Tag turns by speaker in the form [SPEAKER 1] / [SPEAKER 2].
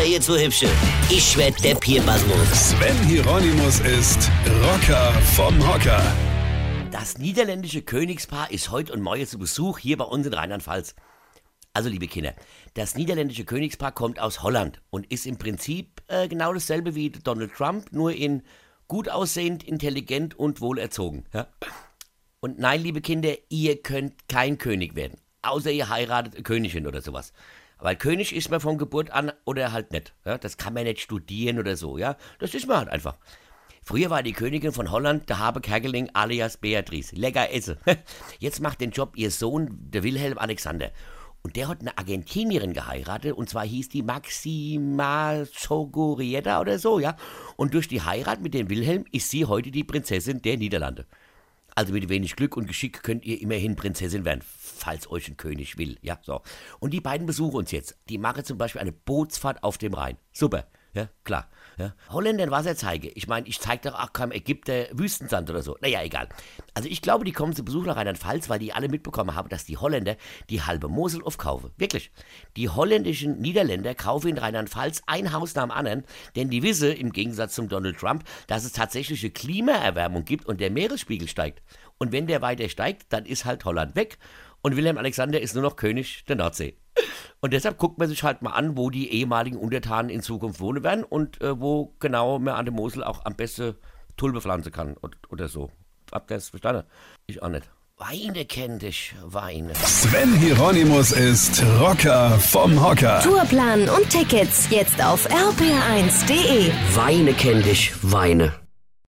[SPEAKER 1] ihr zwei Hübsche. Ich werd der Pierpasmus.
[SPEAKER 2] Sven Hieronymus ist Rocker vom Hocker.
[SPEAKER 3] Das niederländische Königspaar ist heute und morgen zu Besuch hier bei uns in Rheinland-Pfalz. Also, liebe Kinder, das niederländische Königspaar kommt aus Holland und ist im Prinzip genau dasselbe wie Donald Trump, nur in gut aussehend, intelligent und wohlerzogen. Ja? Und nein, liebe Kinder, ihr könnt kein König werden, außer ihr heiratet eine Königin oder sowas. Weil König ist man von Geburt an oder halt nicht. Ja? Das kann man nicht studieren oder so. Ja, das ist man halt einfach. Früher war die Königin von Holland der Habe Kerkeling alias Beatrice. Lecker Esse. Jetzt macht den Job ihr Sohn, der Wilhelm Alexander. Und der hat eine Argentinierin geheiratet, und zwar hieß die Maxima Sogorieta oder so, ja. Und durch die Heirat mit dem Wilhelm ist sie heute die Prinzessin der Niederlande. Also mit wenig Glück und Geschick könnt ihr immerhin Prinzessin werden, falls euch ein König will, ja, so. Und die beiden besuchen uns jetzt. Die machen zum Beispiel eine Bootsfahrt auf dem Rhein. Super, ja, klar. Ja. Holländern Wasser zeige. Ich meine, ich zeige doch auch keinem Ägypter Wüstensand oder so. Naja, egal. Also ich glaube, die kommen zu Besuch nach Rheinland-Pfalz, weil die alle mitbekommen haben, dass die Holländer die halbe Mosel aufkaufen. Wirklich. Die holländischen Niederländer kaufen in Rheinland-Pfalz ein Haus nach dem anderen, denn die wissen, im Gegensatz zum Donald Trump, dass es tatsächliche Klimaerwärmung gibt und der Meeresspiegel steigt. Und wenn der weiter steigt, dann ist halt Holland weg und Wilhelm Alexander ist nur noch König der Nordsee. Und deshalb guckt man sich halt mal an, wo die ehemaligen Untertanen in Zukunft wohnen werden und wo genau man an der Mosel auch am besten Tulpe pflanzen kann oder so. Habt ihr das verstanden? Ich auch nicht. Weine kennt dich, Weine.
[SPEAKER 2] Sven Hieronymus ist Rocker vom Hocker.
[SPEAKER 4] Tourplan und Tickets jetzt auf rpr1.de.
[SPEAKER 1] Weine kennt dich, Weine.